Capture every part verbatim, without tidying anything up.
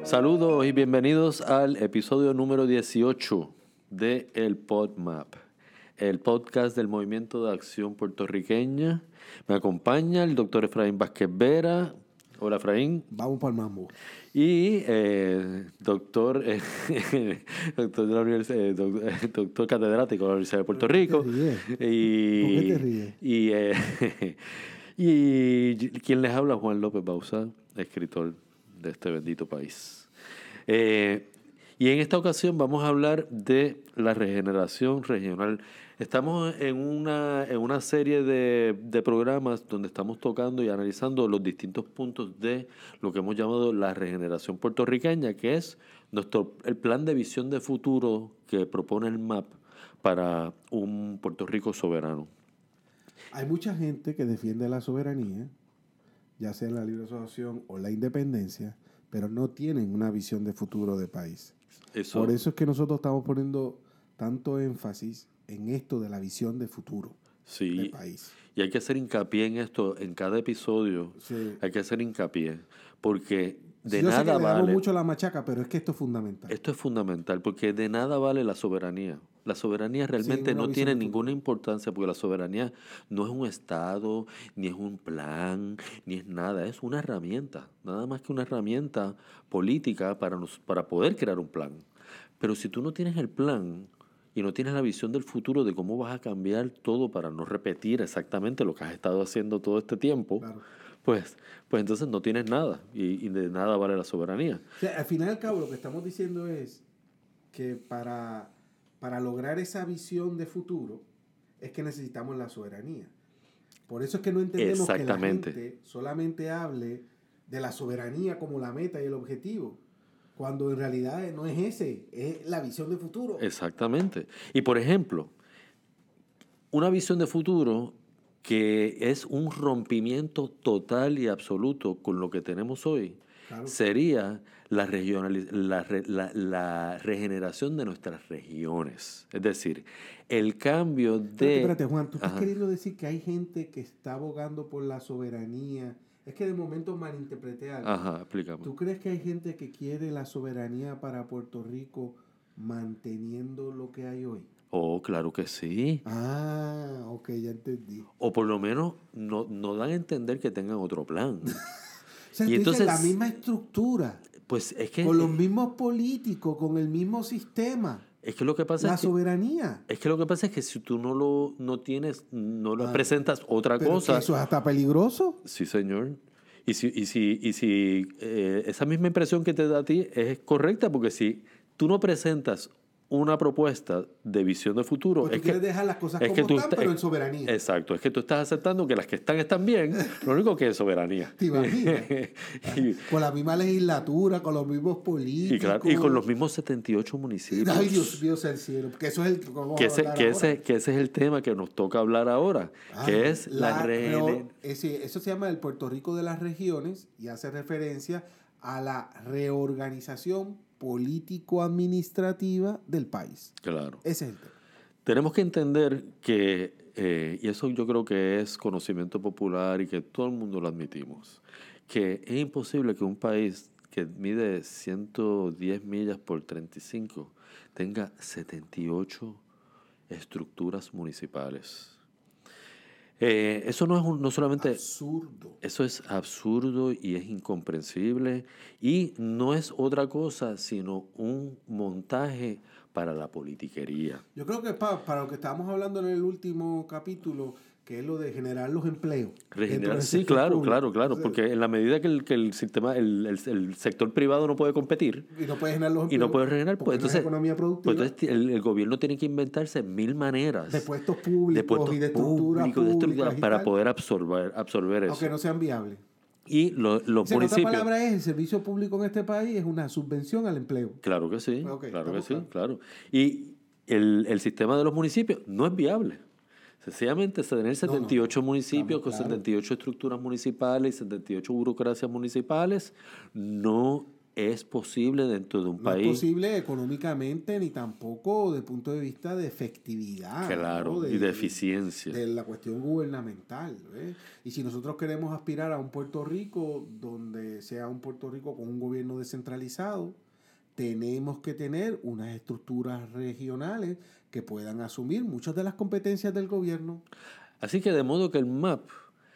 Saludos y bienvenidos al episodio número dieciocho de El PodMap, el podcast del Movimiento de Acción Puertorriqueña. Me acompaña el doctor Efraín Vázquez Vera. Hola, Efraín. Vamos para el mambo. Y eh, doctor, eh, doctor, de la universidad, eh, doctor, doctor catedrático de la Universidad de Puerto Rico. ¿Por qué te ríes? Y, ¿Por qué te ríes? Y, eh, y quien les habla, Juan López Bauzá, escritor de este bendito país. Eh, y en esta ocasión vamos a hablar de la regeneración regional. Estamos en una, en una serie de, de programas donde estamos tocando y analizando los distintos puntos de lo que hemos llamado la regeneración puertorriqueña, que es nuestro, el plan de visión de futuro que propone el M A P para un Puerto Rico soberano. Hay mucha gente que defiende la soberanía, ya sea en la libre asociación o la independencia, pero no tienen una visión de futuro de país. Eso, Por eso es que nosotros estamos poniendo tanto énfasis en esto de la visión de futuro sí, del país. Y hay que hacer hincapié en esto, en cada episodio, Sí. hay que hacer hincapié, porque de Yo nada sé que le damos vale... mucho la machaca, pero es que esto es fundamental. Esto es fundamental, porque de nada vale la soberanía. La soberanía realmente Sí, una no visión tiene de futuro. ninguna importancia, porque la soberanía no es un estado, ni es un plan, ni es nada, es una herramienta, nada más que una herramienta política para, nos, para poder crear un plan. Pero si tú no tienes el plan y no tienes la visión del futuro de cómo vas a cambiar todo para no repetir exactamente lo que has estado haciendo todo este tiempo, Claro. pues, pues entonces no tienes nada y, y de nada vale la soberanía. O sea, al final y al cabo lo que estamos diciendo es que para, para lograr esa visión de futuro es que necesitamos la soberanía. Por eso es que no entendemos que la Exactamente. gente solamente hable de la soberanía como la meta y el objetivo, cuando en realidad no es ese, es la visión de futuro. Exactamente. Y por ejemplo, una visión de futuro que es un rompimiento total y absoluto con lo que tenemos hoy, Claro. sería la, regionaliz- la, re- la, la regeneración de nuestras regiones. Es decir, el cambio de... Espérate, espérate, Juan, ¿tú estás Ajá. queriendo decir que hay gente que está abogando por la soberanía? Es que de momento malinterpreté algo. Ajá, explícame. ¿Tú crees que hay gente que quiere la soberanía para Puerto Rico manteniendo lo que hay hoy? Oh, claro que sí. Ah, ok, ya entendí. O por lo menos no, no dan a entender que tengan otro plan. O sea, Y tú dices entonces- la misma estructura, Pues es que... con los mismos políticos, con el mismo sistema, Es que lo que pasa la es que... soberanía. Es que lo que pasa es que si tú no lo no tienes, no lo Ah, presentas otra Pero cosa. que eso es hasta peligroso. Sí, señor. Y si, y si, y si eh, esa misma impresión que te da a ti es correcta, porque si tú no presentas una propuesta de visión de futuro, Pues tú es quieres que, dejar las cosas es como que tú están, estás- pero en soberanía. Exacto, es que tú estás aceptando que las que están están bien, lo único que es soberanía. ¿Te imaginas? y, Con la misma legislatura, con los mismos políticos. y, claro, y con los mismos setenta y ocho municipios. Ay, Dios mío, sea el cielo. Que eso es el que vamos Que a ese, hablar que, ahora. ese, que ese es el tema que nos toca hablar ahora, Ay, que es la, reo- rene- ese- Eso se llama el Puerto Rico de las regiones y hace referencia a la reorganización político-administrativa del país. Claro. Ese es el tema. Tenemos que entender que, eh, y eso yo creo que es conocimiento popular y que todo el mundo lo admitimos, que es imposible que un país que mide ciento diez millas por treinta y cinco tenga setenta y ocho estructuras municipales. Eh, eso no es un- no solamente... Absurdo. Eso es absurdo y es incomprensible y no es otra cosa sino un montaje para la politiquería. Yo creo que para, para lo que estábamos hablando en el último capítulo, que es lo de generar los empleos. dentro Regenerar, del sí, sector claro, público. claro, claro, Entonces, porque en la medida que el, que el sistema, el, el, el sector privado no puede competir Y no puede generar los y empleos. no puede regenerar, porque pues no es entonces, economía pues productiva. entonces el, el gobierno tiene que inventarse mil maneras de puestos públicos de puestos y de estructuras públicos, de estructuras públicas y para tal, poder absorber, absorber eso. aunque no sean viables. Y lo- los O sea, en otra municipios... palabra es, el servicio público en este país es una subvención al empleo. Claro que sí, Ok, claro que estamos sí, claros. claro. Y el, el sistema de los municipios no es viable. Sencillamente, tener setenta y ocho no, municipios estamos con claros. setenta y ocho estructuras municipales y setenta y ocho burocracias municipales no es posible dentro de un no país. No es posible económicamente ni tampoco desde el punto de vista de efectividad. Claro, ¿no? de, y de eficiencia. De, de la cuestión gubernamental. ¿ves? Y si nosotros queremos aspirar a un Puerto Rico donde sea un Puerto Rico con un gobierno descentralizado, tenemos que tener unas estructuras regionales que puedan asumir muchas de las competencias del gobierno. Así que de modo que el M A P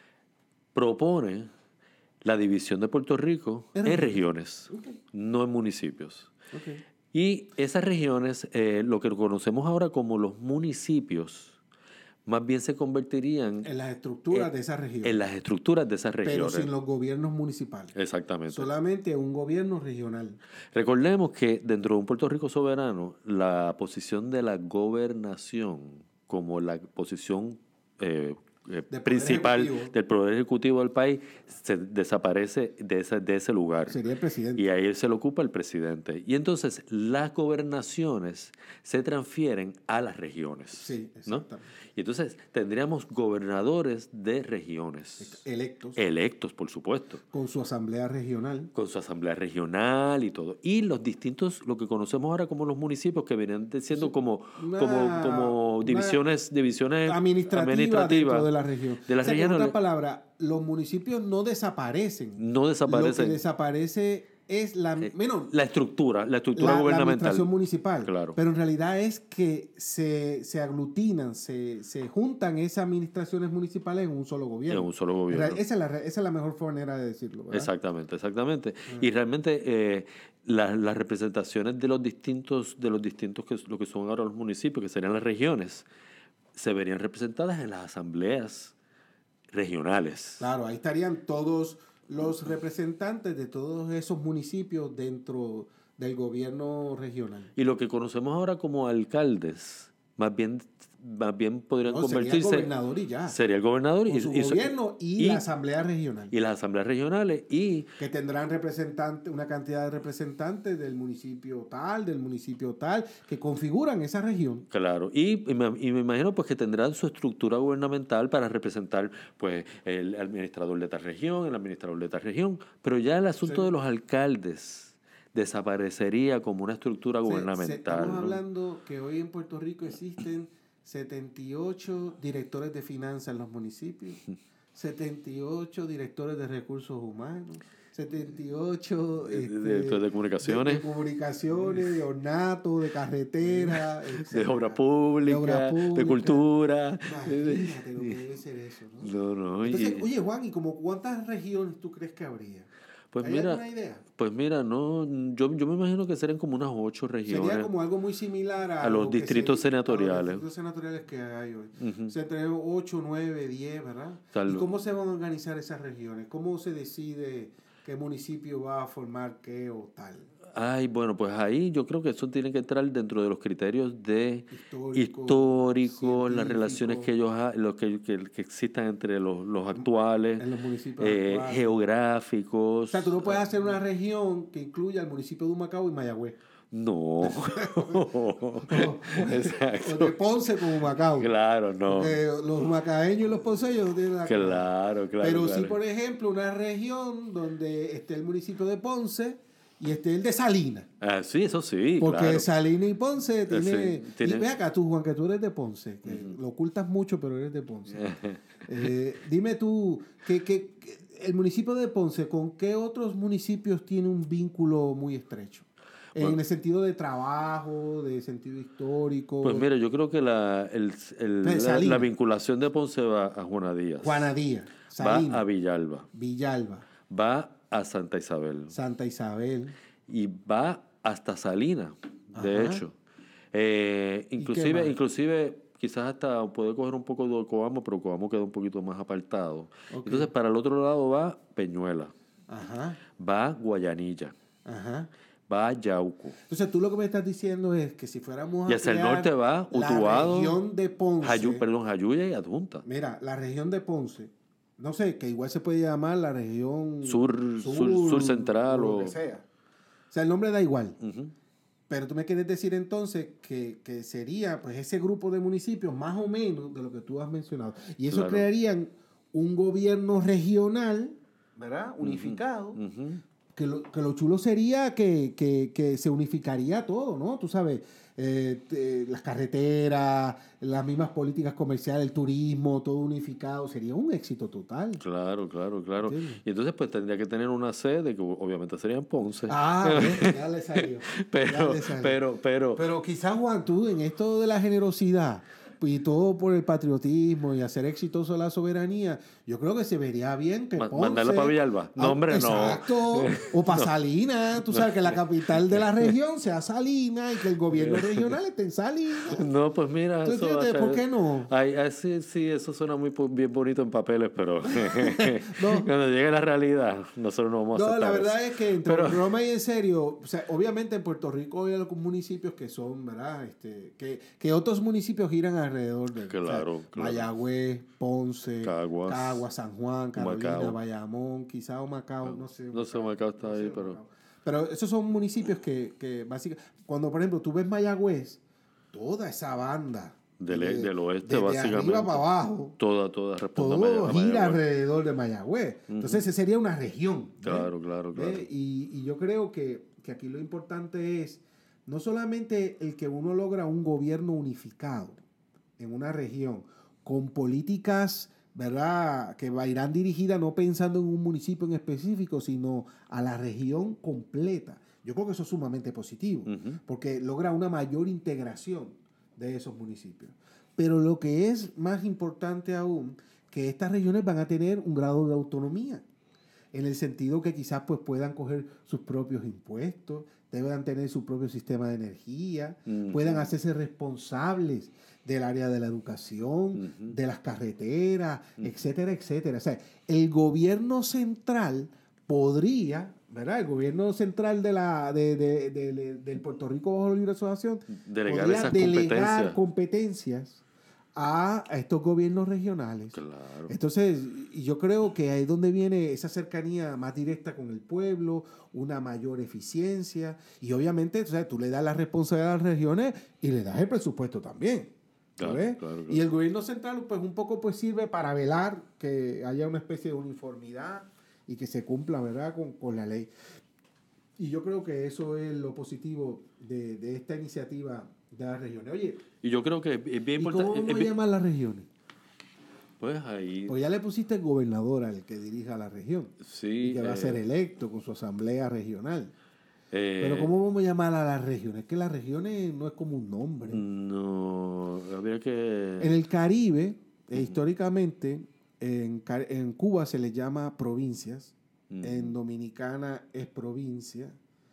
propone la división de Puerto Rico en, en regiones, okay. no en municipios. Okay. Y esas regiones, eh, lo que conocemos ahora como los municipios, más bien se convertirían en las estructuras en, de esas regiones. En las estructuras de esas regiones. Pero sin los gobiernos municipales. Exactamente. Solamente un gobierno regional. Recordemos que dentro de un Puerto Rico soberano, la posición de la gobernación como la posición eh, eh, principal del Poder Ejecutivo del país se desaparece de ese, de ese lugar. Sería el presidente. Y ahí se lo ocupa el presidente. Y entonces las gobernaciones se transfieren a las regiones. Sí, exactamente. ¿no? Y entonces tendríamos gobernadores de regiones. Electos. Electos, por supuesto. Con su asamblea regional. Con su asamblea regional y todo. Y los distintos, lo que conocemos ahora como los municipios, que venían siendo sí. como, una, como, como divisiones, divisiones administrativas administrativa dentro de la región. De las o sea, regiones. En otras palabras, los municipios no desaparecen. No desaparecen. Lo que desaparece es la, eh, bueno, la estructura, la estructura la, gubernamental. La administración municipal. Claro. Pero en realidad es que se, se aglutinan, se, se juntan esas administraciones municipales en un solo gobierno. En un solo gobierno. Esa es la, esa es la mejor manera de decirlo, ¿verdad? Exactamente, exactamente. Uh-huh. Y realmente eh, las, las representaciones de los distintos, de los distintos que lo que son ahora los municipios, que serían las regiones, se verían representadas en las asambleas regionales. Claro, ahí estarían todos los representantes de todos esos municipios dentro del gobierno regional. Y lo que conocemos ahora como alcaldes, más bien, más bien podrían no, convertirse... Sería el gobernador y ya. Sería el gobernador Con y... su y gobierno y, y la asamblea regional. Y las asambleas regionales y... Que tendrán representantes, una cantidad de representantes del municipio tal, del municipio tal, que configuran esa región. Claro, y, y, me, y me imagino pues que tendrán su estructura gubernamental para representar pues el administrador de tal región, el administrador de tal región, pero ya el asunto sí. de los alcaldes desaparecería como una estructura se, gubernamental. Se, estamos ¿no? hablando que hoy en Puerto Rico existen setenta y ocho directores de finanzas en los municipios, setenta y ocho directores de recursos humanos, setenta y ocho de, este, de, de, de comunicaciones, de, de comunicaciones, de ornato, de carretera, de obra pública, de, obra pública, de cultura. Imagínate lo que debe ser eso, ¿no? No, no. Entonces, y, oye, Juan, ¿y como cuántas regiones tú crees que habría? Pues ¿Hay mira, alguna idea? Pues mira, no, yo, yo me imagino que serían como unas ocho regiones. Sería como algo muy similar a, a los distritos se, senatoriales. A los distritos senatoriales que hay hoy. Uh-huh. O sea, tenemos ocho, nueve, diez, ¿verdad? Tal, ¿Y cómo se van a organizar esas regiones? ¿Cómo se decide qué municipio va a formar qué o tal? Ay, bueno, pues ahí yo creo que eso tiene que entrar dentro de los criterios de histórico, históricos, las relaciones que ellos ha, los que, que, que existan entre los, los actuales, en los municipios eh, actuales. Geográficos. O sea, tú no puedes hacer una región que incluya el municipio de Humacao y Mayagüez. No. Exacto. O de Ponce con Humacao. Claro, no. Porque los humacaeños y los ponceños no tienen nada que ver. Claro, claro. Pero claro. sí, por ejemplo, una región donde esté el municipio de Ponce y esté el de Salinas. Ah, sí, eso sí. Porque claro. Salinas y Ponce tiene, sí, tiene... Y ve acá tú, Juan, que tú eres de Ponce. Que uh-huh. Lo ocultas mucho, pero eres de Ponce. eh, dime tú, que, que, que el municipio de Ponce, ¿con qué otros municipios tiene un vínculo muy estrecho? Bueno, en el sentido de trabajo, de sentido histórico. Pues mira, yo creo que la, el, el, la, la vinculación de Ponce va a Juana Díaz. Juana Díaz. Salinas, va a Villalba. Villalba. Va a Santa Isabel. Santa Isabel. Y va hasta Salinas, de Ajá. hecho. Eh, inclusive, inclusive, quizás hasta puede coger un poco de Coamo, pero Coamo queda un poquito más apartado. Okay. Entonces, para el otro lado va Peñuela. Ajá. Va Guayanilla. Ajá. Va a Yauco. Entonces tú lo que me estás diciendo es que si fuéramos a y hacia el norte va Utuado, la región de Ponce, Jayu, perdón, Jayuya y Adjunta. Mira, la región de Ponce, no sé, que igual se puede llamar la región sur, sur, sur, sur central o o lo que sea. O sea, el nombre da igual. Uh-huh. Pero tú me quieres decir entonces que, que sería pues ese grupo de municipios más o menos de lo que tú has mencionado. Y eso claro. crearían un gobierno regional, ¿verdad? Unificado. Uh-huh. Uh-huh. que, lo, que lo chulo sería que, que, que se unificaría todo, ¿no? Tú sabes, eh, te, las carreteras, las mismas políticas comerciales, el turismo, todo unificado, sería un éxito total. Claro, claro, claro. ¿Entiendes? Y entonces pues tendría que tener una sede que obviamente sería en Ponce. Ah, ¿ves? Ya le salió. pero, ya le salió. pero, pero, Pero quizás, Juan, tú en esto de la generosidad y todo por el patriotismo y hacer exitoso la soberanía, yo creo que se vería bien que ma- Ponce... mandarla para Villalba. No, Ah, hombre, exacto. no. O para Salinas. Tú sabes que la capital de la región sea Salinas y que el gobierno regional esté en Salinas. No, pues mira, ¿Tú eso va a entiendes? ser- ¿Por qué no? Ay, ay, sí, sí, eso suena muy po- bien bonito en papeles, pero No. cuando llegue la realidad, nosotros no vamos a No, aceptar la verdad eso. es que entre Pero- broma y en serio, o sea, obviamente en Puerto Rico hay algunos municipios que son, ¿verdad? Este, que, que otros municipios giran alrededor de Claro, o sea, claro. Mayagüez, Ponce, Caguas, Caguas, San Juan, Carolina, Humacao. Bayamón, quizá Humacao, no sé. No sé, Humacao está ahí, pero- Humacao. Pero esos son municipios que, que básicamente, cuando por ejemplo tú ves Mayagüez, toda esa banda. Del, de- del oeste, desde básicamente. arriba para abajo. Toda, toda responde a Todo Maya- a gira Mayagüez. alrededor de Mayagüez. Entonces, ese sería una región. ¿ves? Claro, claro, claro. ¿Ves? Y, y yo creo que, que aquí lo importante es no solamente el que uno logra un gobierno unificado en una región con políticas, ¿verdad?, que irán dirigidas no pensando en un municipio en específico, sino a la región completa. Yo creo que eso es sumamente positivo, Ujú. porque logra una mayor integración de esos municipios. Pero lo que es más importante aún, que estas regiones van a tener un grado de autonomía, en el sentido que quizás pues, puedan coger sus propios impuestos, deban tener su propio sistema de energía, Ujú. puedan hacerse responsables del área de la educación, Ujú. de las carreteras, etcétera, etcétera. O sea, el gobierno central podría, ¿verdad? El gobierno central de la, de, de- de- de- del Puerto Rico bajo la libre asociación Delegar podría esas delegar competencias. competencias a, a estos gobiernos regionales. Claro. Entonces, y yo creo que ahí es donde viene esa cercanía más directa con el pueblo, una mayor eficiencia, y obviamente, o sea, tú le das la responsabilidad a las regiones y le das el presupuesto también. ¿tú Claro, ves? claro, claro. Y el gobierno central, pues un poco pues sirve para velar que haya una especie de uniformidad y que se cumpla, ¿verdad?, con, con la ley. Y yo creo que eso es lo positivo de, de esta iniciativa de las regiones. Oye, Y yo creo que es bien ¿y cómo importante. vamos es a bien- llamar las regiones? Pues ahí. Pues ya le pusiste el gobernador al que dirija la región Sí. y que va a eh, ser electo con su asamblea regional. eh, Pero ¿cómo vamos a llamar a las regiones? Es que las regiones no es como un nombre. No, habría que. En el Caribe, eh, históricamente, en, Ca- en Cuba se les llama provincias, Ujú. en Dominicana es provincia,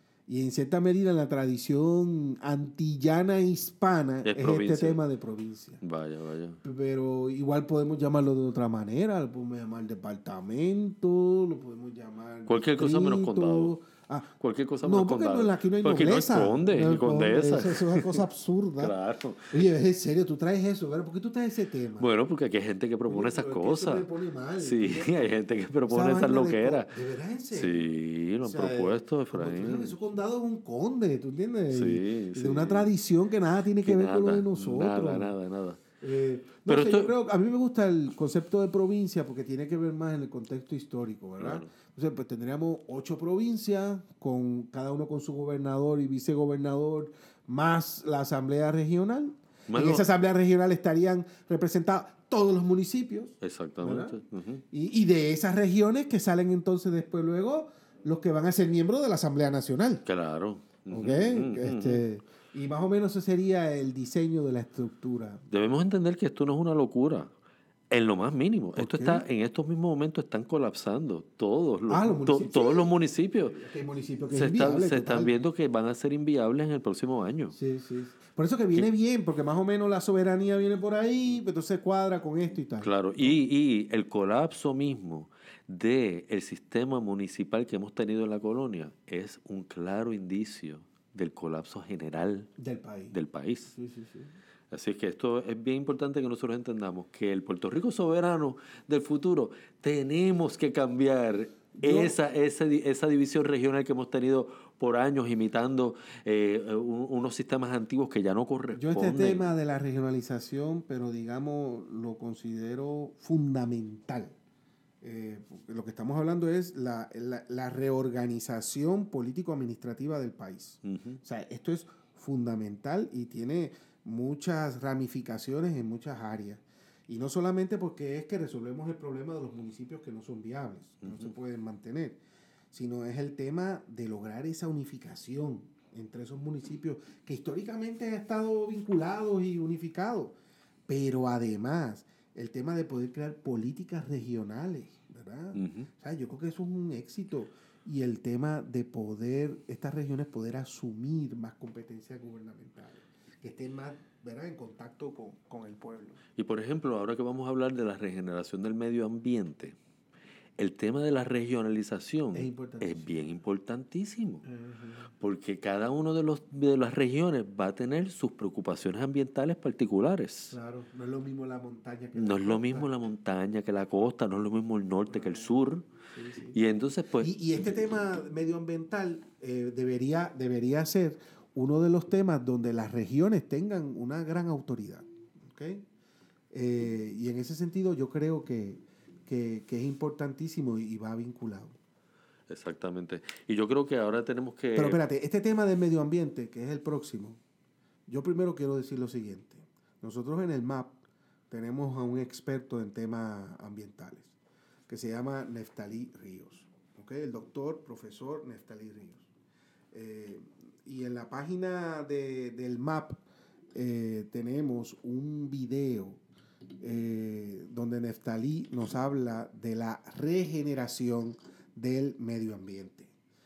y en cierta medida en la tradición antillana e hispana Es es, provincia. este tema de provincia. Vaya, vaya. Pero igual podemos llamarlo de otra manera, lo podemos llamar departamento, lo podemos llamar Cualquier cosa menos distrito. condado. Ah, Cualquier cosa no, menos porque condado. no, aquí no hay Porque nobleza. no es conde No hay ni condesa. Eso, eso es una cosa absurda. Claro. Oye, es en serio, tú traes eso, ¿verdad? ¿Por qué tú traes ese tema? Bueno, porque aquí hay gente que propone Oye, esas pero es que eso cosas. me pone mal. Sí, Esa hay gente que propone esas vaina de loqueras. co- ¿De verdad, en serio? Sí, lo han O sea, propuesto, como tú dices, Efraín. Ese condado es un conde, ¿tú entiendes? Sí, Y sí. de una tradición que nada tiene que, Que ver con lo nada, de nosotros. Nada, nada, nada. Eh, no Pero sé, esto- yo creo, a mí me gusta el concepto de provincia porque tiene que ver más en el contexto histórico, ¿verdad? Claro. Entonces, pues tendríamos ocho provincias, con cada uno con su gobernador y vicegobernador, más la asamblea regional. Más en lo- esa asamblea regional estarían representados todos los municipios. Exactamente. Ujú. Y, y de esas regiones que salen entonces después luego los que van a ser miembros de la Asamblea Nacional. Claro. ¿Ok? Ujú, ujú, Este, y más o menos ese sería el diseño de la estructura. Debemos entender que esto no es una locura, en lo más mínimo. Esto qué? está, en estos mismos momentos están colapsando todos los, Ah, los to- municipios. todos Sí. los municipios. Que hay municipios que Se, es están, inviable, se total. están viendo que van a ser inviables en el próximo año. Sí, sí. Por eso que viene bien, porque más o menos la soberanía viene por ahí, pero entonces cuadra con esto y tal. Claro, y, y el colapso mismo del sistema municipal que hemos tenido en la colonia es un claro indicio del colapso general Del país. del país. Sí, sí, sí. Así es que esto es bien importante que nosotros entendamos que el Puerto Rico soberano del futuro tenemos que cambiar Yo- esa, esa, di- esa división regional que hemos tenido por años imitando eh, un- unos sistemas antiguos que ya no Yo corresponden. este tema de la regionalización, pero digamos, lo considero fundamental Eh, lo que estamos hablando es la, la, la reorganización político-administrativa del país. Uh-huh. O sea, esto es fundamental y tiene muchas ramificaciones en muchas áreas. Y no solamente porque es que resolvemos el problema de los municipios que no son viables, que uh-huh. no se pueden mantener, sino es el tema de lograr esa unificación entre esos municipios que históricamente han estado vinculados y unificados. Pero además, el tema de poder crear políticas regionales, ¿verdad? Uh-huh. O sea, yo creo que eso es un éxito. Y el tema de poder, estas regiones poder asumir más competencias gubernamentales, que estén más, ¿verdad?, en contacto con, con el pueblo. Y por ejemplo, ahora que vamos a hablar de la regeneración del medio ambiente, el tema de la regionalización es, es bien importantísimo, uh-huh. porque cada uno de los de las regiones va a tener sus preocupaciones ambientales particulares. Claro, no es lo mismo la montaña que no la es costa. lo mismo la montaña que la costa, no es lo mismo el norte uh-huh. que el sur. Sí, sí. Y entonces, pues... Y, y este tema medioambiental eh, debería, debería ser uno de los temas donde las regiones tengan una gran autoridad, ¿okay? Eh, y en ese sentido yo creo que Que, que es importantísimo y, y va vinculado. Exactamente. Y yo creo que ahora tenemos que... Pero espérate, este tema del medio ambiente, que es el próximo, yo primero quiero decir lo siguiente. Nosotros en el M A P tenemos a un experto en temas ambientales, que se llama Neftalí Ríos. ¿Okay? El doctor, profesor Neftalí Ríos. Eh, y en la página de, del M A P eh, tenemos un video Eh, donde Neftalí nos habla de la regeneración del medio ambiente.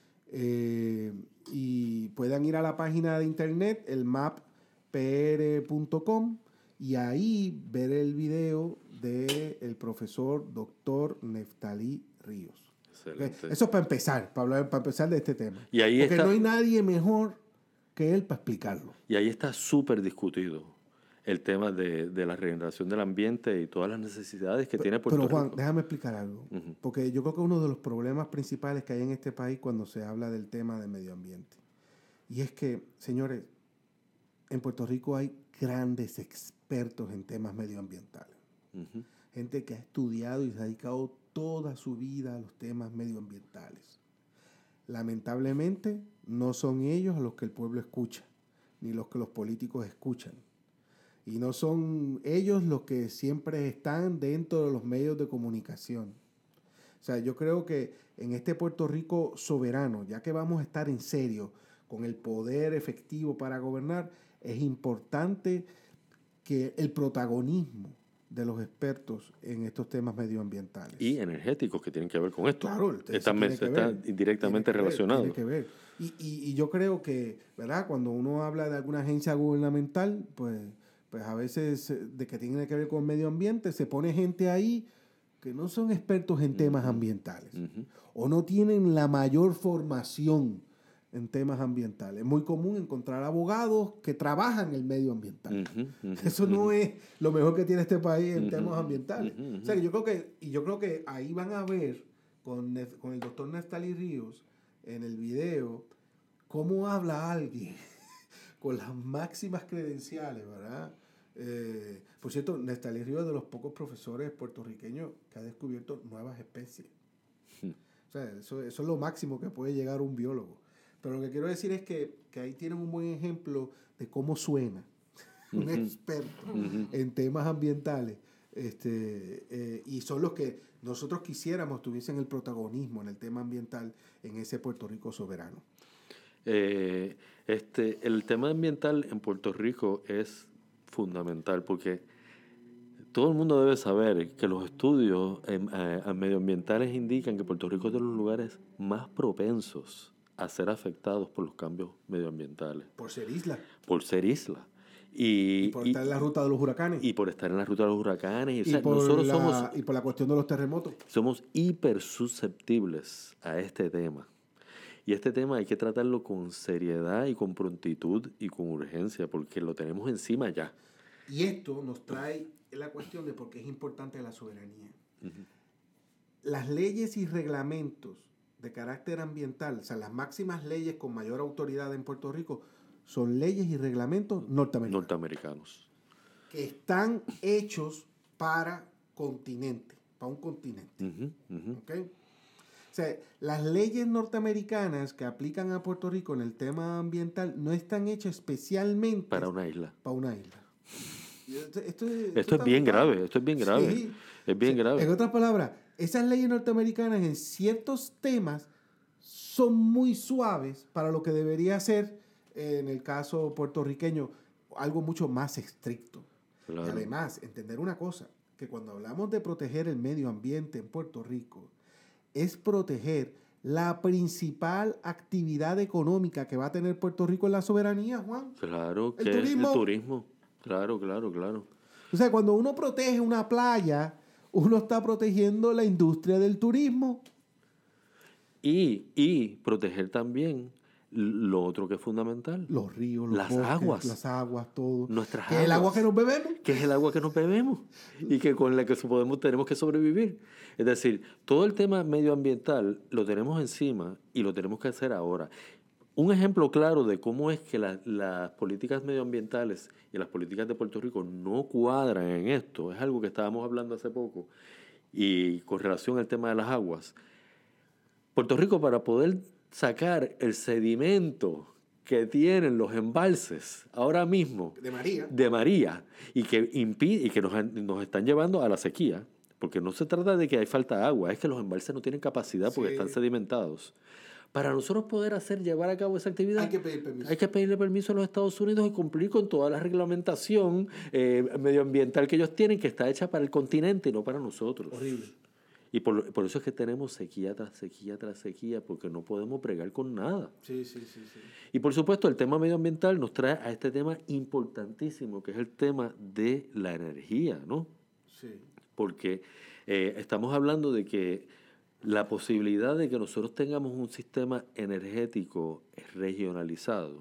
Eh, y puedan ir a la página de internet, el map p r punto com, y ahí ver el video del profesor doctor Neftalí Ríos. ¿Okay? Eso es para empezar, para, hablar, para empezar de este tema. Y ahí Porque está, no hay nadie mejor que él para explicarlo. Y ahí está súper discutido el tema de, de la regeneración del ambiente y todas las necesidades que pero, tiene Puerto Rico. Pero Juan, Rico. déjame explicar algo. Uh-huh. Porque yo creo que uno de los problemas principales que hay en este país cuando se habla del tema del medio ambiente. Y es que, señores, en Puerto Rico hay grandes expertos en temas medioambientales. Uh-huh. Gente que ha estudiado y se ha dedicado toda su vida a los temas medioambientales. Lamentablemente, no son ellos a los que el pueblo escucha, ni los que los políticos escuchan. Y no son ellos los que siempre están dentro de los medios de comunicación. O sea, yo creo que en este Puerto Rico soberano, ya que vamos a estar en serio con el poder efectivo para gobernar, es importante que el protagonismo de los expertos en estos temas medioambientales. Y energéticos que tienen que ver con esto. Claro, están, están directamente relacionados. Tiene que ver. Y, y, y yo creo que, ¿verdad? Cuando uno habla de alguna agencia gubernamental, pues... pues a veces de que tiene que ver con el medio ambiente, se pone gente ahí que no son expertos en temas uh-huh. ambientales uh-huh. o no tienen la mayor formación en temas ambientales. Es muy común encontrar abogados que trabajan en el medio ambiental. Uh-huh. Uh-huh. Eso no es lo mejor que tiene este país en uh-huh. temas ambientales. Uh-huh. O sea, que yo creo que, y yo creo que ahí van a ver con, con el doctor Neftalí Ríos en el video cómo habla alguien con las máximas credenciales, ¿verdad? Eh, por cierto, Neftalí Ríos es de los pocos profesores puertorriqueños que ha descubierto nuevas especies. Hmm. O sea, eso, eso es lo máximo que puede llegar un biólogo. Pero lo que quiero decir es que, que ahí tienen un buen ejemplo de cómo suena uh-huh. un experto uh-huh. en temas ambientales. Este, eh, y son los que nosotros quisiéramos tuviesen el protagonismo en el tema ambiental en ese Puerto Rico soberano. Eh, este, el tema ambiental en Puerto Rico es fundamental porque todo el mundo debe saber que los estudios eh, eh, medioambientales indican que Puerto Rico es de los lugares más propensos a ser afectados por los cambios medioambientales. Por ser isla. Por ser isla. Y, y por estar y, en la ruta de los huracanes. Y por estar en la ruta de los huracanes. Y, y, o sea, por, nosotros la, somos, y por la cuestión de los terremotos. Somos hiper susceptibles a este tema. Y este tema hay que tratarlo con seriedad y con prontitud y con urgencia, porque lo tenemos encima ya. Y esto nos trae la cuestión de por qué es importante la soberanía. Uh-huh. Las leyes y reglamentos de carácter ambiental, o sea, las máximas leyes con mayor autoridad en Puerto Rico, son leyes y reglamentos norteamericanos. Norteamericanos. Que están hechos para continente, para un continente. Uh-huh, uh-huh. ¿Okay? O sea, las leyes norteamericanas que aplican a Puerto Rico en el tema ambiental no están hechas especialmente para una isla. Para una isla. Esto, esto, esto, esto es bien brutal. grave, esto es bien grave. Sí. Es bien o sea, grave. En otras palabras, esas leyes norteamericanas en ciertos temas son muy suaves para lo que debería ser, eh, en el caso puertorriqueño, algo mucho más estricto. Claro. Y además, entender una cosa, que cuando hablamos de proteger el medio ambiente en Puerto Rico, es proteger la principal actividad económica que va a tener Puerto Rico en la soberanía, Juan. Claro, el que turismo. es el turismo. Claro, claro, claro. O sea, cuando uno protege una playa, uno está protegiendo la industria del turismo. Y, y proteger también lo otro que es fundamental. Los ríos, los las bosques, aguas. las aguas, todo. Nuestras que aguas. es el agua que nos bebemos. Que es el agua que nos bebemos y que con la que podemos, tenemos que sobrevivir. Es decir, todo el tema medioambiental lo tenemos encima y lo tenemos que hacer ahora. Un ejemplo claro de cómo es que la, las políticas medioambientales y las políticas de Puerto Rico no cuadran en esto, es algo que estábamos hablando hace poco, y con relación al tema de las aguas. Puerto Rico, para poder sacar el sedimento que tienen los embalses ahora mismo de María, de María y que impide y que nos, nos están llevando a la sequía, porque no se trata de que hay falta de agua, es que los embalses no tienen capacidad porque sí. están sedimentados. Para nosotros poder hacer, llevar a cabo esa actividad, hay que pedir permiso. Hay que pedirle permiso a los Estados Unidos y cumplir con toda la reglamentación eh, medioambiental que ellos tienen, que está hecha para el continente y no para nosotros. Horrible. Y por, por eso es que tenemos sequía tras sequía tras sequía, porque no podemos bregar con nada. Sí, sí, sí, sí. Y por supuesto, el tema medioambiental nos trae a este tema importantísimo, que es el tema de la energía, ¿no? Sí. Porque eh, estamos hablando de que la posibilidad de que nosotros tengamos un sistema energético regionalizado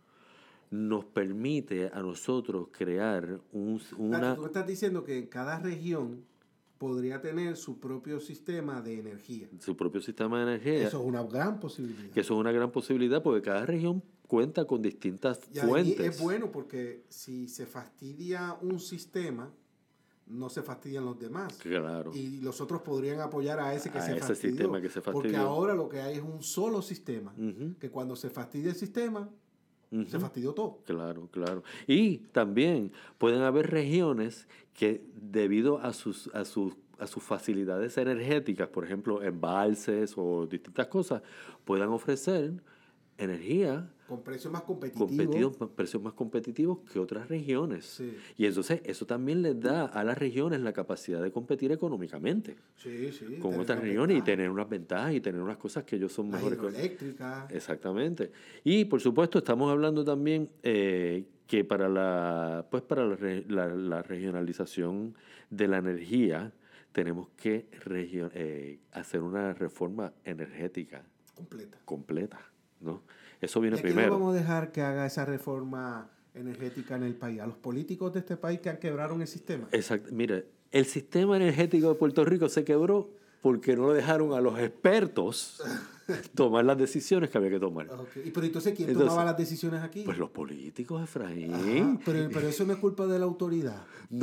nos permite a nosotros crear un, una... Tú estás diciendo que en cada región podría tener su propio sistema de energía. Su propio sistema de energía. Eso es una gran posibilidad. Que eso es una gran posibilidad porque cada región cuenta con distintas y fuentes. Y es bueno porque si se fastidia un sistema, no se fastidian los demás. Claro. Y los otros podrían apoyar a ese que a se ese fastidió. Sistema que se fastidió. Porque ahora lo que hay es un solo sistema. Uh-huh. Que cuando se fastidia el sistema, uh-huh. se fastidió todo. Claro, claro. Y también pueden haber regiones que debido a sus, a sus, a sus facilidades energéticas, por ejemplo, embalses o distintas cosas, puedan ofrecer energía con precios más competitivos. competitivos precios más competitivos que otras regiones. Sí. Y entonces eso también les da a las regiones la capacidad de competir económicamente sí, sí, con otras regiones ventaja. Y tener unas ventajas y tener unas cosas que ellos son la mejores. Hidroeléctrica. Exactamente. Y por supuesto estamos hablando también eh, que para la pues para la, la, la regionalización de la energía tenemos que regio- eh, hacer una reforma energética completa. completa. ¿No? Eso viene ¿Y primero. no vamos a dejar que haga esa reforma energética en el país? A los políticos de este país que han quebraron el sistema. Exacto. Mire, el sistema energético de Puerto Rico se quebró porque no le dejaron a los expertos tomar las decisiones que había que tomar. Okay. ¿Y pero entonces quién entonces, tomaba las decisiones aquí? Pues los políticos, Efraín. Ajá, pero, pero eso no es culpa de la autoridad. No,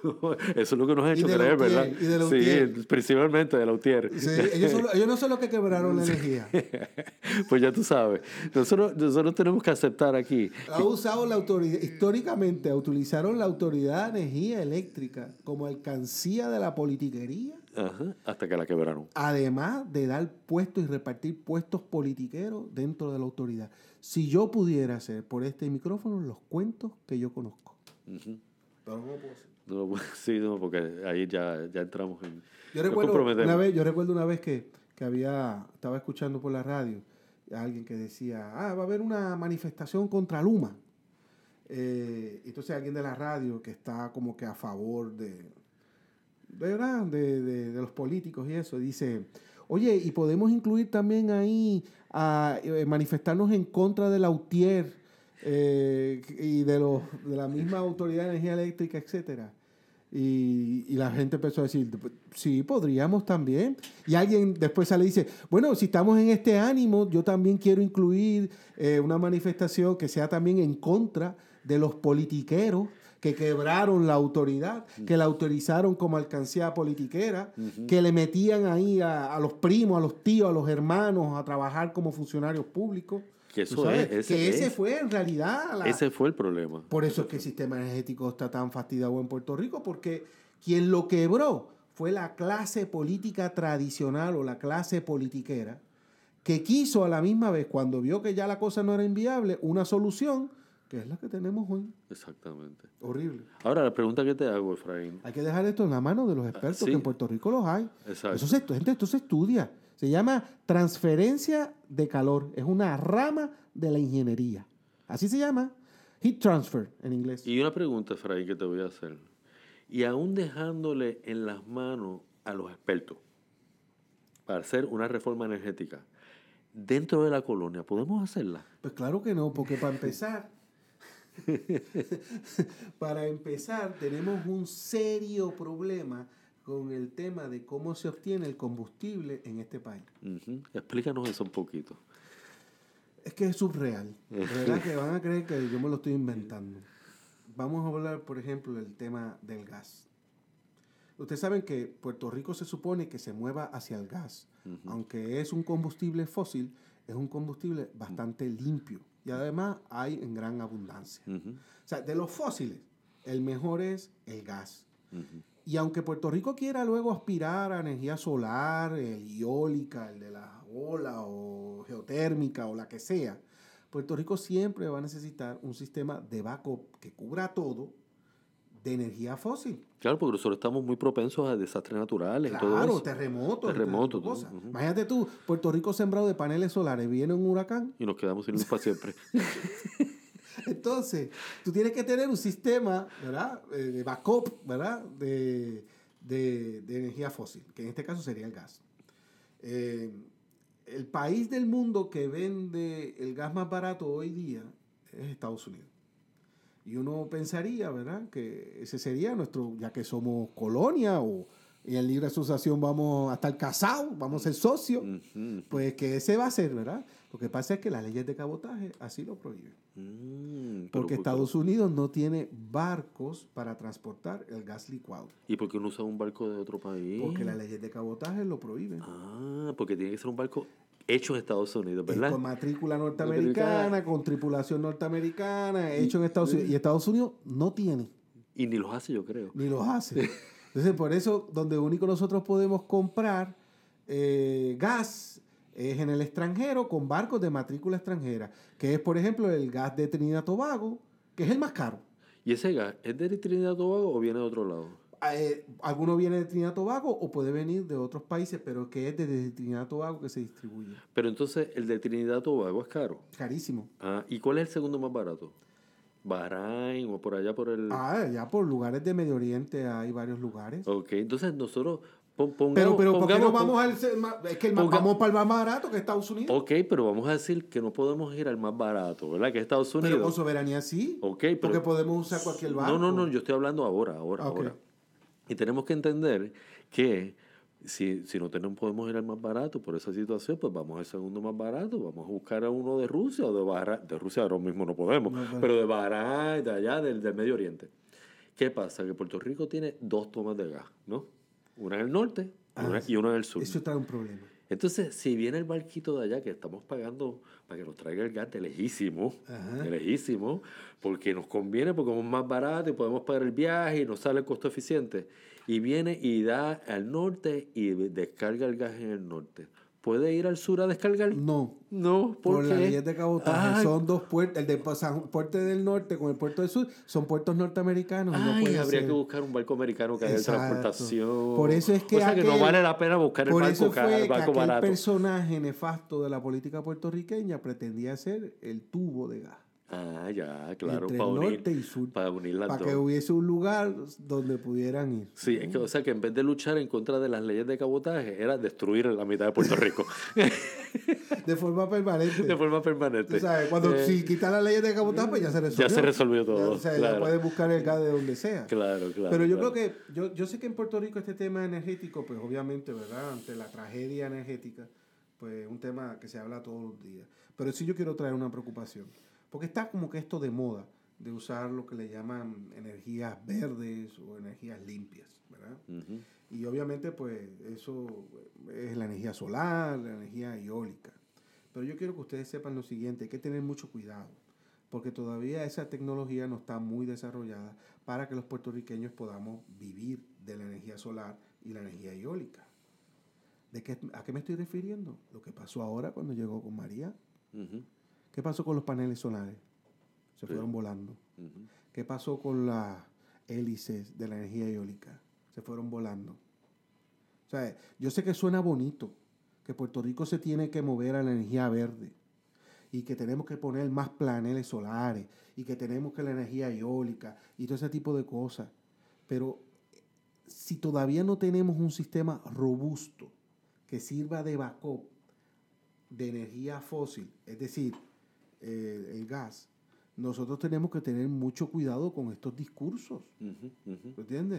eso es lo que nos ha hecho creer, Lautier, ¿verdad? Y de Lautier. Sí, principalmente de Lautier. Sí, ellos, son, ellos no son los que quebraron la energía. Pues ya tú sabes. Nosotros, nosotros tenemos que aceptar aquí. Ha usado la autoridad, históricamente utilizaron la Autoridad de Energía Eléctrica como alcancía de la politiquería. Ajá, hasta que la quebraron. Además de dar puestos y repartir puestos politiqueros dentro de la autoridad. Si yo pudiera hacer por este micrófono los cuentos que yo conozco. Uh-huh. Pero no lo puedo hacer. No, sí, no, porque ahí ya, ya entramos en... Yo recuerdo una vez, yo recuerdo una vez que, que había, estaba escuchando por la radio a alguien que decía, ah, va a haber una manifestación contra Luma. Eh, entonces alguien de la radio que está como que a favor de, de, ¿verdad? de, de, de los políticos y eso, dice, oye, y podemos incluir también ahí a eh, manifestarnos en contra de Lautier eh, y de, los, de la misma Autoridad de Energía Eléctrica, etcétera. Y, y la gente empezó a decir, sí, podríamos también. Y alguien después sale y dice, bueno, si estamos en este ánimo, yo también quiero incluir eh, una manifestación que sea también en contra de los politiqueros que quebraron la autoridad, que la autorizaron como alcancía politiquera, uh-huh. que le metían ahí a, a los primos, a los tíos, a los hermanos a trabajar como funcionarios públicos. Que eso es, ese que ese es. fue en realidad... La... Ese fue el problema. Por eso es que el sistema energético está tan fastidiado en Puerto Rico, porque quien lo quebró fue la clase política tradicional o la clase politiquera, que quiso a la misma vez, cuando vio que ya la cosa no era inviable, una solución que es la que tenemos hoy. Exactamente. Horrible. Ahora, la pregunta que te hago, Efraín. Hay que dejar esto en la mano de los expertos, sí. que en Puerto Rico los hay. Exacto. Eso se, gente, esto se estudia. Se llama transferencia de calor. Es una rama de la ingeniería. Así se llama. Heat transfer en inglés. Y una pregunta, Efraín, que te voy a hacer. Y aún dejándole en las manos a los expertos para hacer una reforma energética, dentro de la colonia, ¿podemos hacerla? Pues claro que no, porque para empezar, para empezar, tenemos un serio problema con el tema de cómo se obtiene el combustible en este país. Uh-huh. Explícanos eso un poquito. Es que es surreal. De verdad que van a creer que yo me lo estoy inventando. Vamos a hablar, por ejemplo, del tema del gas. Ustedes saben que Puerto Rico se supone que se mueva hacia el gas. Uh-huh. Aunque es un combustible fósil, es un combustible bastante limpio. Y además hay en gran abundancia. Uh-huh. O sea, de los fósiles, el mejor es el gas. Uh-huh. Y aunque Puerto Rico quiera luego aspirar a energía solar, el eólica, el de la ola o geotérmica o la que sea, Puerto Rico siempre va a necesitar un sistema de backup que cubra todo de energía fósil. Claro, porque nosotros estamos muy propensos a desastres naturales. Claro, y todo eso. terremotos. Terremotos. Cosas. Uh-huh. Imagínate tú, Puerto Rico sembrado de paneles solares, viene un huracán. Y nos quedamos sin luz para siempre. Entonces, tú tienes que tener un sistema, ¿verdad? De backup, ¿verdad? De, de, de energía fósil, que en este caso sería el gas. Eh, el país del mundo que vende el gas más barato hoy día es Estados Unidos. Y uno pensaría, ¿verdad?, que ese sería nuestro, ya que somos colonia o y en libre asociación vamos a estar casados, vamos a ser socios, uh-huh. pues que ese va a ser, ¿verdad? Lo que pasa es que las leyes de cabotaje así lo prohíben. Mm, porque Estados claro. Unidos no tiene barcos para transportar el gas licuado. ¿Y por qué no usa un barco de otro país? Porque las leyes de cabotaje lo prohíben. Ah, porque tiene que ser un barco hecho en Estados Unidos, ¿verdad? Es con matrícula norteamericana, con tripulación norteamericana, hecho en Estados Unidos. Y Estados Unidos no tiene. Y ni los hace, yo creo. Ni los hace. Entonces, por eso, donde único nosotros podemos comprar eh, gas es en el extranjero con barcos de matrícula extranjera, que es, por ejemplo, el gas de Trinidad y Tobago, que es el más caro. ¿Y ese gas es de Trinidad y Tobago o viene de otro lado? Eh, alguno viene de Trinidad y Tobago o puede venir de otros países, pero que es desde Trinidad y Tobago que se distribuye. Pero entonces, ¿el de Trinidad y Tobago es caro? Carísimo. Ah, ¿y cuál es el segundo más barato? Bahrein o por allá por el... Ah, allá por lugares de Medio Oriente hay varios lugares. Ok, entonces nosotros pongamos... Pero, pero ¿por qué no vamos pong... al... Es que el más, vamos para el más barato que Estados Unidos. Ok, pero vamos a decir que no podemos ir al más barato, ¿verdad? Que es Estados Unidos. Pero con soberanía sí. Ok, pero... Porque podemos usar cualquier barco. No, no, no, yo estoy hablando ahora, ahora, okay. ahora. Y tenemos que entender que si, si no tenemos, podemos ir al más barato por esa situación, pues vamos al segundo más barato, vamos a buscar a uno de Rusia o de Bahrein. De Rusia ahora mismo no podemos, no, pero... pero de Bahrein, de allá, del, del Medio Oriente. ¿Qué pasa? Que Puerto Rico tiene dos tomas de gas, ¿no? Una en el norte ah, una, y una en el sur. Eso trae un problema. Entonces, si viene el barquito de allá que estamos pagando para que nos traiga el gas de lejísimo, Ajá. de lejísimo, porque nos conviene, porque es más barato y podemos pagar el viaje y nos sale el costo eficiente, y viene y da al norte y descarga el gas en el norte. ¿Puede ir al sur a descargar? No. No, ¿por, por qué? las leyes de cabotaje. Ay. Son dos puertos, el de San, puerto del norte con el puerto del sur, son puertos norteamericanos. Ay, no puede habría ser. que buscar un barco americano que haga transportación. Por eso es que, o sea, aquel, que no vale la pena buscar el por barco, eso fue el barco que aquel barato. personaje nefasto de la política puertorriqueña pretendía ser el tubo de gas. Ah, ya, claro, entre para el unir, norte y sur, para unir las para dos. que hubiese un lugar donde pudieran ir. Sí, es que, o sea, que en vez de luchar en contra de las leyes de cabotaje, era destruir la mitad de Puerto Rico. De forma permanente. De forma permanente. Tú sabes, cuando eh, si quitan las leyes de cabotaje, pues ya se resolvió. Ya se resolvió todo. O sea, claro. ya puedes buscar el gas de donde sea. Claro, claro. Pero yo claro. creo que, yo, yo sé que en Puerto Rico este tema energético, pues obviamente, ¿verdad? Ante la tragedia energética, pues es un tema que se habla todos los días. Pero sí yo quiero traer una preocupación. Porque está como que esto de moda, de usar lo que le llaman energías verdes o energías limpias, ¿verdad? Uh-huh. Y obviamente, pues, eso es la energía solar, la energía eólica. Pero yo quiero que ustedes sepan lo siguiente, hay que tener mucho cuidado, porque todavía esa tecnología no está muy desarrollada para que los puertorriqueños podamos vivir de la energía solar y la energía eólica. ¿De qué, ¿A qué me estoy refiriendo? Lo que pasó ahora cuando llegó con María. Uh-huh. ¿Qué pasó con los paneles solares? Se sí. fueron volando. Uh-huh. ¿Qué pasó con las hélices de la energía eólica? Se fueron volando. O sea, yo sé que suena bonito, que Puerto Rico se tiene que mover a la energía verde y que tenemos que poner más paneles solares y que tenemos que la energía eólica y todo ese tipo de cosas. Pero si todavía no tenemos un sistema robusto que sirva de backup de energía fósil, es decir, eh, el gas, nosotros tenemos que tener mucho cuidado con estos discursos. Uh-huh, uh-huh. ¿Entiendes?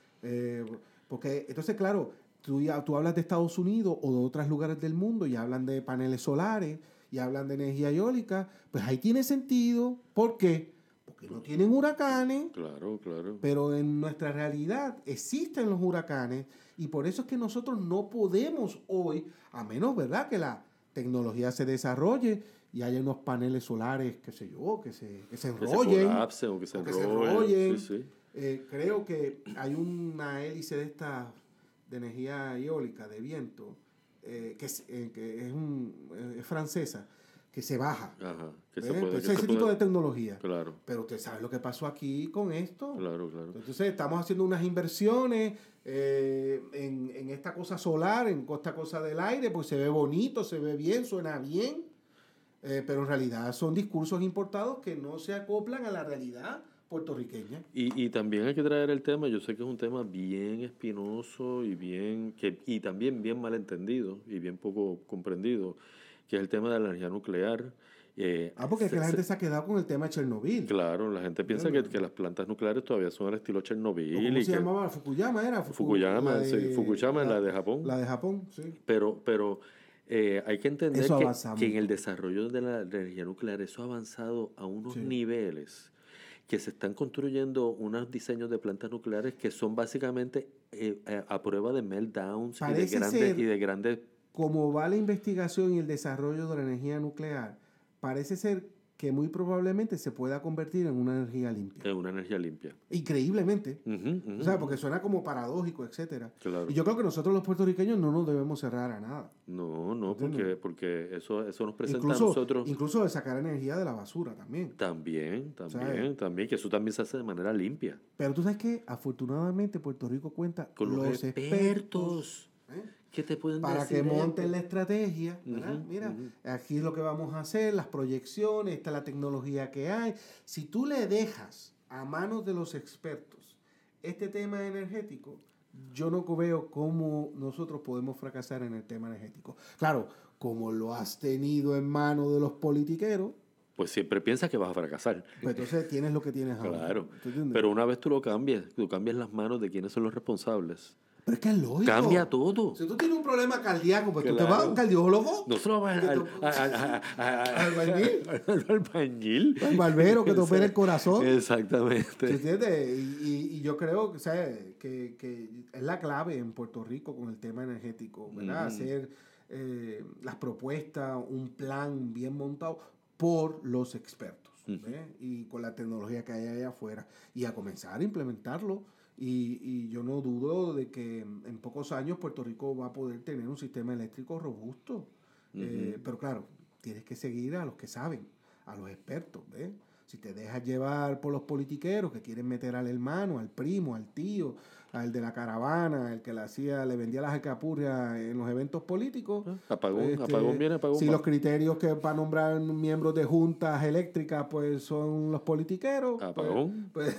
Eh, porque entonces, claro, tú, ya, tú hablas de Estados Unidos o de otros lugares del mundo y hablan de paneles solares y hablan de energía eólica, pues ahí tiene sentido. ¿Por qué? Porque no tienen huracanes. Claro, claro. Pero en nuestra realidad existen los huracanes y por eso es que nosotros no podemos hoy, a menos, ¿verdad?, que la tecnología se desarrolle y haya unos paneles solares, qué sé yo, que se, que se enrollen. Que se colapsen o que se, o que se enrollen. Sí, sí. Eh, creo que hay una hélice de esta de energía eólica, de viento, eh, que, es, eh, que es, un, eh, es francesa, que se baja. Ajá, que se puede, puede, ese que ese se tipo puede. de tecnología. Claro. Pero usted sabe lo que pasó aquí con esto. Claro, claro. Entonces estamos haciendo unas inversiones eh, en, en esta cosa solar, en esta cosa del aire, pues se ve bonito, se ve bien, suena bien, eh, pero en realidad son discursos importados que no se acoplan a la realidad puertorriqueña. Y, y también hay que traer el tema, yo sé que es un tema bien espinoso y bien que y también bien mal entendido y bien poco comprendido, que es el tema de la energía nuclear. Eh, ah, porque se, es que la gente se, se ha quedado con el tema de Chernobyl. Claro, la gente piensa que, que las plantas nucleares todavía son al estilo Chernobyl. ¿Cómo y se que, llamaba? Fukuyama era. Fuku, Fukuyama, de, sí, Fukuyama es la, la de Japón. La de Japón, sí. Pero, pero eh, hay que entender que, que en el mucho. desarrollo de la, de la energía nuclear eso ha avanzado a unos sí. niveles que se están construyendo unos diseños de plantas nucleares que son básicamente eh, a, a prueba de meltdowns y de, grandes, y de grandes... Como va la investigación y el desarrollo de la energía nuclear, parece ser que muy probablemente se pueda convertir en una energía limpia. En una energía limpia. Increíblemente. Uh-huh, uh-huh. O sea, porque suena como paradójico, etcétera. Claro. Y yo creo que nosotros los puertorriqueños no nos debemos cerrar a nada. No, no, porque, porque eso, eso nos presenta incluso, a nosotros... Incluso de sacar energía de la basura también. También, también, ¿sabes? también, que eso también se hace de manera limpia. Pero tú sabes que afortunadamente Puerto Rico cuenta con los, los expertos. expertos ¿eh? ¿Qué te pueden para decir? Para que monten la estrategia, ¿verdad? Uh-huh, Mira, uh-huh. aquí es lo que vamos a hacer, las proyecciones, esta es la tecnología que hay. Si tú le dejas a manos de los expertos este tema energético, yo no veo cómo nosotros podemos fracasar en el tema energético. Claro, como lo has tenido en manos de los politiqueros, pues siempre piensas que vas a fracasar. Pues entonces tienes lo que tienes ahora. Claro, pero una vez tú lo cambias, tú cambias las manos de quiénes son los responsables. Pero es que es lógico. Cambia todo. Si tú tienes un problema cardíaco, pues claro. tú te vas a un cardiólogo. No solo vas al, al, al, al bañil. Al albañil. Al barbero que te opera el corazón. Exactamente. ¿Entiendes? Y, y, y yo creo que, ¿sabes? Que, que es la clave en Puerto Rico con el tema energético, ¿verdad? Mm. Hacer eh, las propuestas, un plan bien montado por los expertos. Mm. ¿eh? Y con la tecnología que hay allá afuera. Y a comenzar a implementarlo. Y, y yo no dudo de que en pocos años Puerto Rico va a poder tener un sistema eléctrico robusto. Uh-huh. Eh, pero claro, tienes que seguir a los que saben, a los expertos. ¿ves? Si te dejas llevar por los politiqueros que quieren meter al hermano, al primo, al tío, al de la caravana, el que le hacía, le vendía las alcapurrias en los eventos políticos. Apagón, este, apagón viene, apagón Si va. los criterios que para nombrar miembros de juntas eléctricas pues son los politiqueros. Apagón. Pues,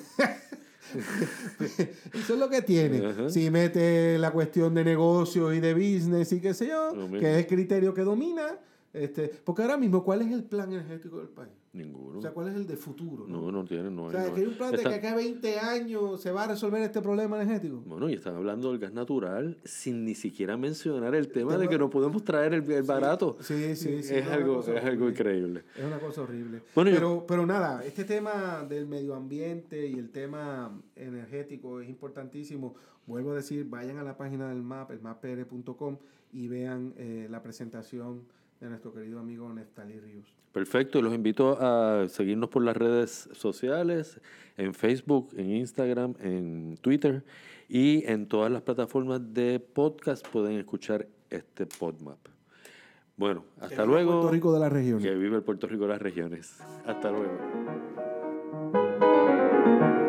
pues eso es lo que tiene. Uh-huh. Si mete la cuestión de negocios y de business y qué sé yo, no, que es el criterio que domina, Este, porque ahora mismo, ¿cuál es el plan energético del país? Ninguno. O sea, ¿cuál es el de futuro? No, no, no tiene, no O hay. sea, no que hay un plan está, de que acá a veinte años se va a resolver este problema energético. Bueno, y están hablando del gas natural sin ni siquiera mencionar el tema, tema de que no podemos traer el, el sí, barato. Sí, sí, sí. Es, no, algo, es algo increíble. Es una cosa horrible. Bueno, pero, yo, pero nada, este tema del medio ambiente y el tema energético es importantísimo. Vuelvo a decir, vayan a la página del M A P, el map p r punto com, y vean eh, la presentación de nuestro querido amigo Neftalí Ríos. Perfecto, los invito a seguirnos por las redes sociales, en Facebook, en Instagram, en Twitter y en todas las plataformas de podcast pueden escuchar este PodMap. Bueno, hasta que luego. Viva Puerto Rico de las regiones. Que vive el Puerto Rico de las regiones. Hasta luego.